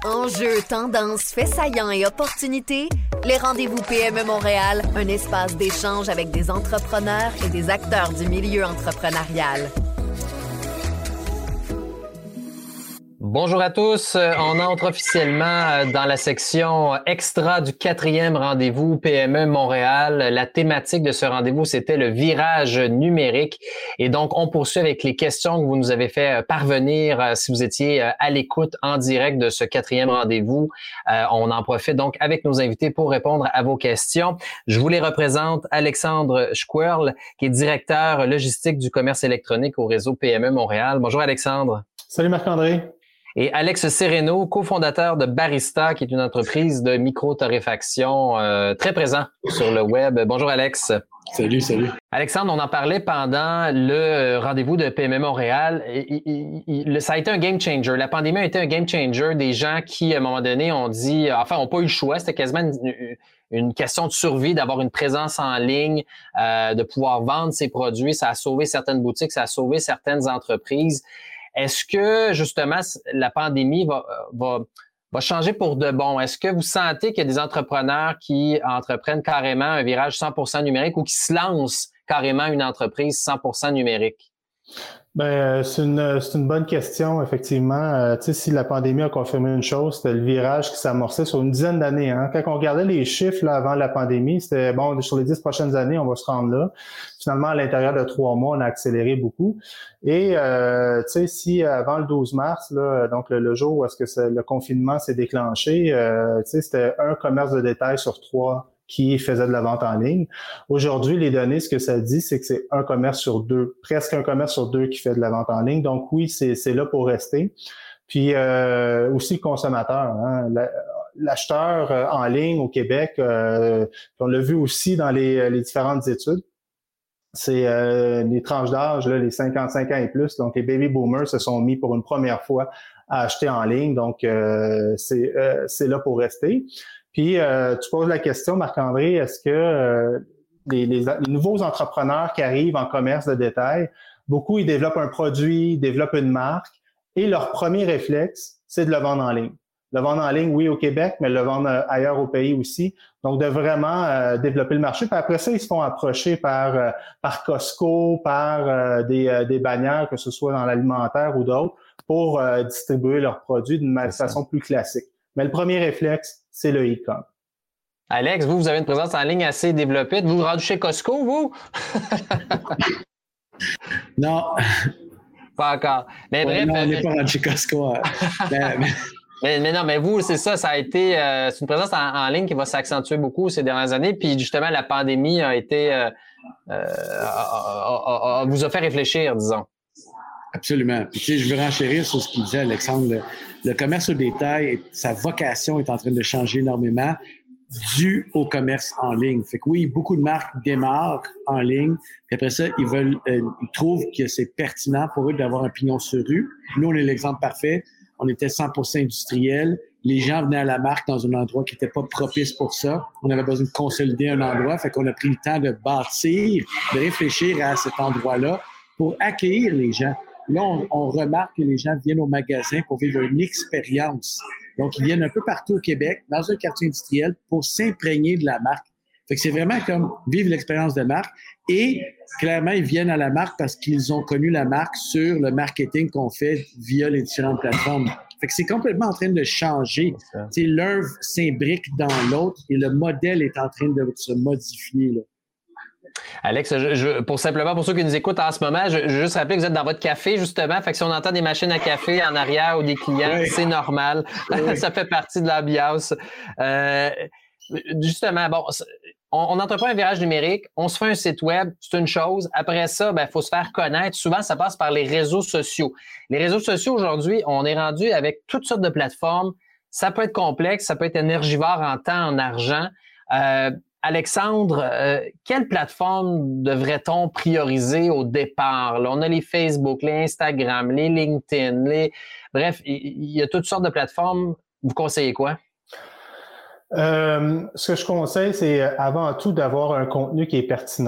Enjeux, tendances, faits saillants et opportunités, les rendez-vous PME Montréal, un espace d'échange avec des entrepreneurs et des acteurs du milieu entrepreneurial. Bonjour à tous, on entre officiellement dans la section extra du 4e rendez-vous PME Montréal. La thématique de ce rendez-vous, c'était le virage numérique. Et donc, on poursuit avec les questions que vous nous avez fait parvenir si vous étiez à l'écoute en direct de ce 4e rendez-vous. On en profite donc avec nos invités pour répondre à vos questions. Je vous les représente, Alexandre Schquerl, qui est directeur logistique du commerce électronique au réseau PME Montréal. Bonjour Alexandre. Salut Marc-André. Et Alex Sereno, cofondateur de Barista, qui est une entreprise de micro-torréfaction très présent sur le web. Bonjour Alex. Salut. Alexandre, on en parlait pendant le rendez-vous de PME Montréal. Ça a été un game changer. La pandémie a été un game changer. Des gens qui, à un moment donné, ont dit, enfin, n'ont pas eu le choix. C'était quasiment une question de survie, d'avoir une présence en ligne, de pouvoir vendre ses produits. Ça a sauvé certaines boutiques, ça a sauvé certaines entreprises. Est-ce que, justement, la pandémie va changer pour de bon? Est-ce que vous sentez qu'il y a des entrepreneurs qui entreprennent carrément un virage 100% numérique ou qui se lancent carrément une entreprise 100% numérique? Ben, c'est une bonne question, effectivement. Tu sais, si la pandémie a confirmé une chose, c'était le virage qui s'amorçait sur une dizaine d'années. Hein. Quand on regardait les chiffres là, avant la pandémie, c'était bon, sur les 10 prochaines années, on va se rendre là. Finalement, à l'intérieur de 3 mois, on a accéléré beaucoup. Et tu sais, si avant le 12 mars, là, donc le jour où est-ce que le confinement s'est déclenché, tu sais, c'était un commerce de détail sur 3 qui faisait de la vente en ligne. Aujourd'hui, les données, ce que ça dit, c'est que c'est un commerce sur 2, presque un commerce sur 2 qui fait de la vente en ligne. Donc oui, c'est là pour rester. Puis aussi le consommateur, hein, l'acheteur en ligne au Québec, on l'a vu aussi dans les différentes études. C'est les tranches d'âge, là, les 55 ans et plus. Donc, les baby boomers se sont mis pour une première fois à acheter en ligne. Donc, c'est là pour rester. Puis, tu poses la question, Marc-André, est-ce que les nouveaux entrepreneurs qui arrivent en commerce de détail, beaucoup, ils développent un produit, ils développent une marque, et leur premier réflexe, c'est de le vendre en ligne. Le vendre en ligne, oui, au Québec, mais le vendre ailleurs au pays aussi. Donc, de vraiment développer le marché. Puis après ça, ils se font approcher par Costco, par des bannières, que ce soit dans l'alimentaire ou d'autres, pour distribuer leurs produits d'une façon plus classique. Mais le premier réflexe, c'est le e-com. Alex, vous avez une présence en ligne assez développée. Vous vous rendez chez Costco, vous? Non. Pas encore. Mais bref. Non, on n'est pas rendu chez Costco. Mais non, mais vous, c'est ça, ça a été c'est une présence en ligne qui va s'accentuer beaucoup ces dernières années. Puis justement, la pandémie a été vous a fait réfléchir, disons. Absolument. Puis tu sais, je veux renchérir sur ce qu'il disait Alexandre. Le commerce au détail, sa vocation est en train de changer énormément dû au commerce en ligne. Fait que oui, beaucoup de marques démarrent en ligne. Puis après ça, ils trouvent que c'est pertinent pour eux d'avoir un pignon sur rue. Nous, on est l'exemple parfait. On était 100% industriel. Les gens venaient à la marque dans un endroit qui n'était pas propice pour ça. On avait besoin de consolider un endroit. Fait qu'on a pris le temps de bâtir, de réfléchir à cet endroit-là pour accueillir les gens. Là, on remarque que les gens viennent au magasin pour vivre une expérience. Donc, ils viennent un peu partout au Québec, dans un quartier industriel, pour s'imprégner de la marque. Fait que c'est vraiment comme vivre l'expérience de marque. Et clairement, ils viennent à la marque parce qu'ils ont connu la marque sur le marketing qu'on fait via les différentes plateformes. Fait que c'est complètement en train de changer. L'œuvre s'imbrique dans l'autre et le modèle est en train de se modifier, là. Alex, pour ceux qui nous écoutent en ce moment, je veux juste rappeler que vous êtes dans votre café, justement. Fait que si on entend des machines à café en arrière ou des clients, oui, c'est normal. Oui. Ça fait partie de l'ambiance. Justement, bon, on n'entreprend un virage numérique, on se fait un site web, c'est une chose. Après ça, il faut se faire connaître. Souvent, ça passe par les réseaux sociaux. Les réseaux sociaux, aujourd'hui, on est rendu avec toutes sortes de plateformes. Ça peut être complexe, ça peut être énergivore en temps, en argent. Alexandre, quelle plateforme devrait-on prioriser au départ? Là, on a les Facebook, les Instagram, les LinkedIn, bref, il y a toutes sortes de plateformes. Vous conseillez quoi? Ce que je conseille, c'est avant tout d'avoir un contenu qui est pertinent.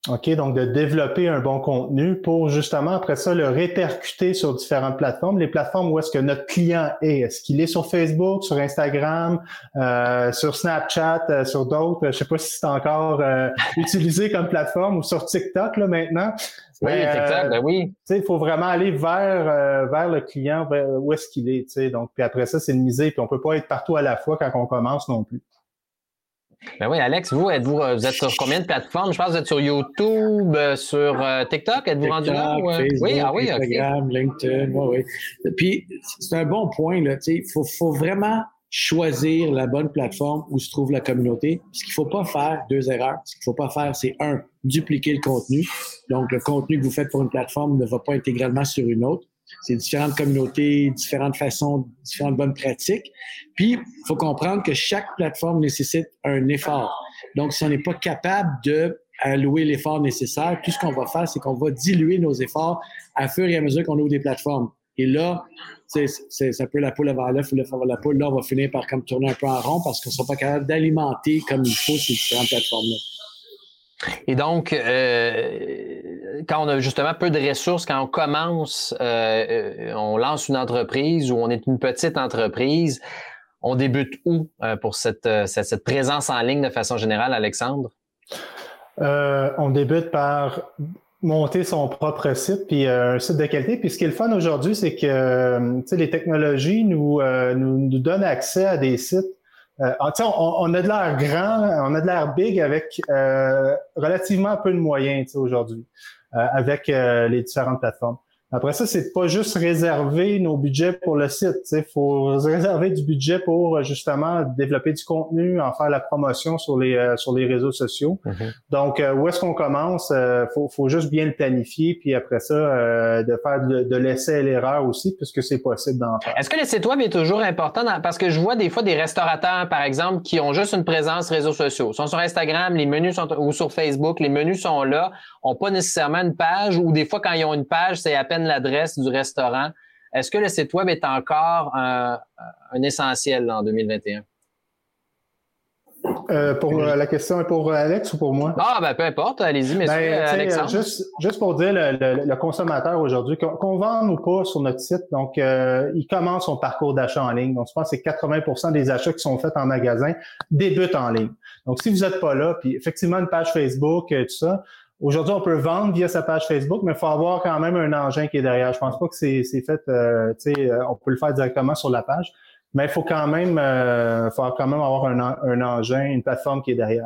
OK, donc de développer un bon contenu pour justement, après ça, le répercuter sur différentes plateformes. Les plateformes où est-ce que notre client est. Est-ce qu'il est sur Facebook, sur Instagram, sur Snapchat, sur d'autres? Je sais pas si c'est encore utilisé comme plateforme ou sur TikTok là maintenant. Oui, TikTok, ben oui. Il faut vraiment aller vers le client, vers où est-ce qu'il est. T'sais. Donc, puis après ça, c'est une misée. Puis on peut pas être partout à la fois quand on commence non plus. Ben oui, Alex, vous êtes sur combien de plateformes? Je pense que vous êtes sur YouTube, sur TikTok. Êtes-vous rendu là? Facebook, oui, Instagram, okay. LinkedIn, oui. Puis, c'est un bon point, là. Il faut vraiment choisir la bonne plateforme où se trouve la communauté. Ce qu'il faut pas faire, 2 erreurs. Ce qu'il faut pas faire, c'est 1, dupliquer le contenu. Donc, le contenu que vous faites pour une plateforme ne va pas intégralement sur une autre. C'est différentes communautés, différentes façons, différentes bonnes pratiques. Puis, il faut comprendre que chaque plateforme nécessite un effort. Donc, si on n'est pas capable de allouer l'effort nécessaire, tout ce qu'on va faire, c'est qu'on va diluer nos efforts à fur et à mesure qu'on ouvre des plateformes. Et là, c'est un peu la poule avant l'œuf ou l'œuf avant la poule. Là, on va finir par comme tourner un peu en rond parce qu'on ne sera pas capable d'alimenter comme il faut ces différentes plateformes-là. Et donc, quand on a justement peu de ressources, quand on commence, on lance une entreprise ou on est une petite entreprise, on débute où pour cette présence en ligne de façon générale, Alexandre? On débute par monter son propre site, puis un site de qualité. Puis ce qui est le fun aujourd'hui, c'est que les technologies nous donnent accès à des sites. On a de l'air grand, on a de l'air big avec relativement peu de moyens aujourd'hui, avec les différentes plateformes. Après ça, c'est pas juste réserver nos budgets pour le site. Il faut réserver du budget pour justement développer du contenu, en faire la promotion sur les réseaux sociaux. Mm-hmm. Donc, où est-ce qu'on commence? Faut juste bien le planifier, puis après ça, de faire de l'essai et l'erreur aussi, puisque c'est possible d'en faire. Est-ce que le site web est toujours important? Parce que je vois des fois des restaurateurs, par exemple, qui ont juste une présence réseaux sociaux. Ils sont sur Instagram, les menus sont ou sur Facebook, les menus sont là, ont pas nécessairement une page, ou des fois, quand ils ont une page, c'est à peine l'adresse du restaurant. Est-ce que le site web est encore un essentiel en 2021? La question est pour Alex ou pour moi? Ah, ben peu importe. Allez-y, messieurs, Alexandre. Juste pour dire, le consommateur aujourd'hui, qu'on vende ou pas sur notre site, donc il commence son parcours d'achat en ligne. Donc, je pense que c'est 80% des achats qui sont faits en magasin débutent en ligne. Donc, si vous n'êtes pas là, puis effectivement, une page Facebook, tout ça, aujourd'hui, on peut vendre via sa page Facebook, mais il faut avoir quand même un engin qui est derrière. Je pense pas que c'est fait, on peut le faire directement sur la page, mais il faut quand même avoir un engin, une plateforme qui est derrière.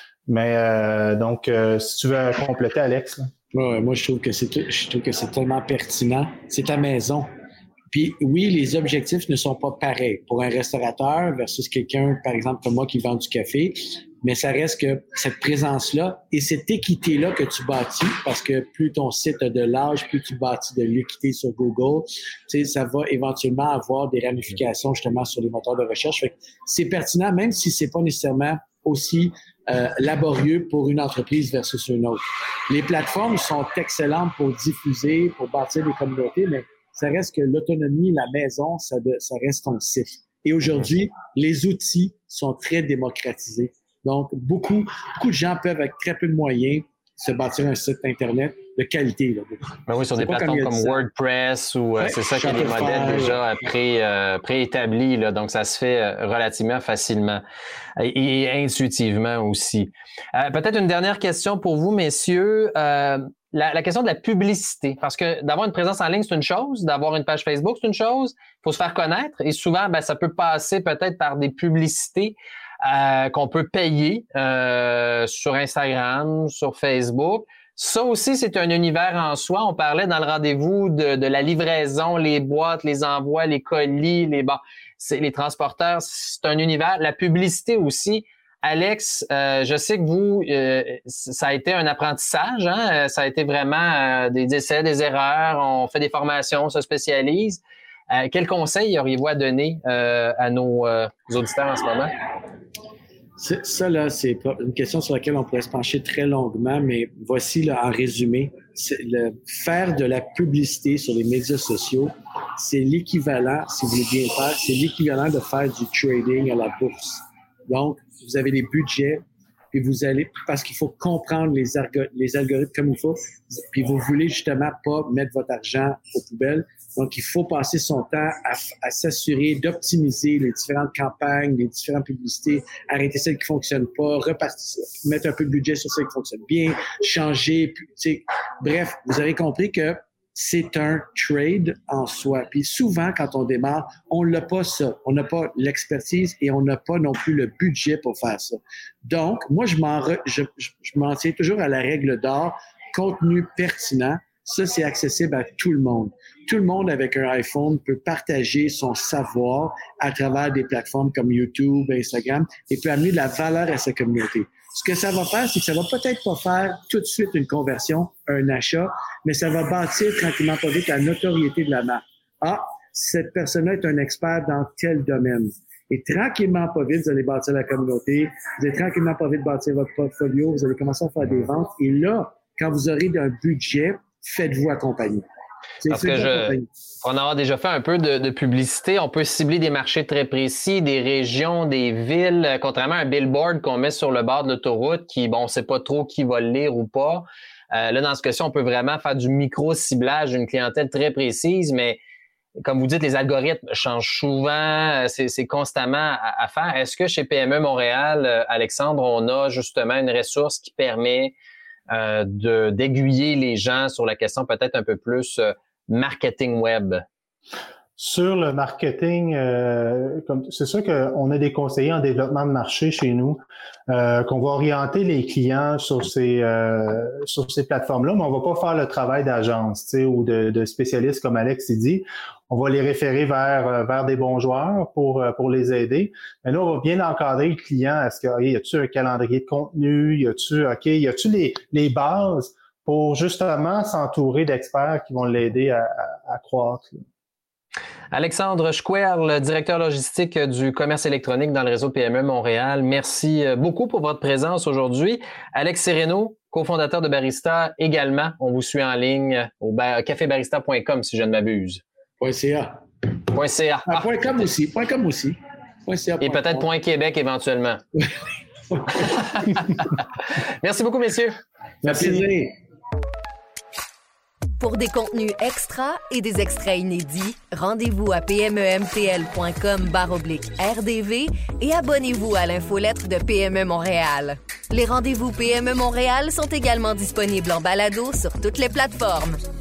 Mais donc, si tu veux compléter, Alex. Là. Ouais, moi, je trouve que c'est tellement pertinent. C'est ta maison. Puis oui, les objectifs ne sont pas pareils pour un restaurateur versus quelqu'un, par exemple, comme moi qui vend du café. Mais ça reste que cette présence-là et cette équité-là que tu bâtis, parce que plus ton site a de l'âge, plus tu bâtis de l'équité sur Google, ça va éventuellement avoir des ramifications justement sur les moteurs de recherche. Fait que c'est pertinent, même si c'est pas nécessairement aussi laborieux pour une entreprise versus une autre. Les plateformes sont excellentes pour diffuser, pour bâtir des communautés, mais ça reste que l'autonomie, la maison, ça reste ton site. Et aujourd'hui, les outils sont très démocratisés. Donc, beaucoup de gens peuvent, avec très peu de moyens, se bâtir un site Internet de qualité. Là. Ben oui, sur des plateformes comme WordPress ou c'est ça qui est des modèles déjà préétablis. Là, donc, ça se fait relativement facilement et intuitivement aussi. Peut-être une dernière question pour vous, messieurs. La question de la publicité, parce que d'avoir une présence en ligne, c'est une chose, d'avoir une page Facebook, c'est une chose, il faut se faire connaître et souvent, ça peut passer peut-être par des publicités qu'on peut payer sur Instagram, sur Facebook. Ça aussi, c'est un univers en soi. On parlait dans le rendez-vous de la livraison, les boîtes, les envois, les colis, les transporteurs. C'est un univers. La publicité aussi. Alex, je sais que vous, ça a été un apprentissage, hein? Ça a été vraiment des essais, des erreurs. On fait des formations, on se spécialise. Quel conseil auriez-vous à donner à nos auditeurs en ce moment? Ça, là, c'est une question sur laquelle on pourrait se pencher très longuement, mais voici, là, en résumé, faire de la publicité sur les médias sociaux, c'est l'équivalent, si vous voulez bien faire, c'est l'équivalent de faire du trading à la bourse. Donc, vous avez des budgets puis vous allez, parce qu'il faut comprendre les algorithmes comme il faut, puis vous voulez justement pas mettre votre argent aux poubelles. Donc, il faut passer son temps à s'assurer d'optimiser les différentes campagnes, les différentes publicités, arrêter celles qui fonctionnent pas, repartir, mettre un peu de budget sur celles qui fonctionnent bien, changer, bref, vous avez compris que c'est un trade en soi. Puis souvent, quand on démarre, on n'a pas ça. On n'a pas l'expertise et on n'a pas non plus le budget pour faire ça. Donc, moi, je m'en tiens toujours à la règle d'or, contenu pertinent. Ça, c'est accessible à tout le monde. Tout le monde avec un iPhone peut partager son savoir à travers des plateformes comme YouTube, Instagram et peut amener de la valeur à sa communauté. Ce que ça va faire, c'est que ça va peut-être pas faire tout de suite une conversion, un achat, mais ça va bâtir tranquillement pas vite la notoriété de la marque. Ah, cette personne-là est un expert dans tel domaine. Et tranquillement pas vite, vous allez bâtir la communauté, vous allez tranquillement pas vite bâtir votre portfolio, vous allez commencer à faire des ventes. Et là, quand vous aurez un budget, faites-vous accompagner. Parce que on a déjà fait un peu de publicité. On peut cibler des marchés très précis, des régions, des villes, contrairement à un billboard qu'on met sur le bord de l'autoroute qui, bon, on ne sait pas trop qui va le lire ou pas. Là, dans ce cas-ci, on peut vraiment faire du micro-ciblage d'une clientèle très précise, mais comme vous dites, les algorithmes changent souvent, c'est constamment à faire. Est-ce que chez PME Montréal, Alexandre, on a justement une ressource qui permet d'aiguiller les gens sur la question peut-être un peu plus marketing web? Sur le marketing, c'est sûr qu'on a des conseillers en développement de marché chez nous, qu'on va orienter les clients sur ces plateformes-là, mais on va pas faire le travail d'agence, ou de spécialistes comme Alex il dit. On va les référer vers des bons joueurs pour les aider. Mais là, on va bien encadrer le client. Est-ce que y a-tu un calendrier de contenu? Y a-tu les bases pour justement s'entourer d'experts qui vont l'aider à croître? Là. Alexandre Schouerle, directeur logistique du commerce électronique dans le réseau PME Montréal. Merci beaucoup pour votre présence aujourd'hui. Alex Sereno, cofondateur de Barista également. On vous suit en ligne au cafébarista.com si je ne m'abuse. .ca. .ca. Ah, .com aussi. .com aussi. .ca. Et peut-être .québec éventuellement. Merci beaucoup, messieurs. Merci. Pour des contenus extra et des extraits inédits, rendez-vous à pmemtl.com/RDV et abonnez-vous à l'infolettre de PME Montréal. Les rendez-vous PME Montréal sont également disponibles en balado sur toutes les plateformes.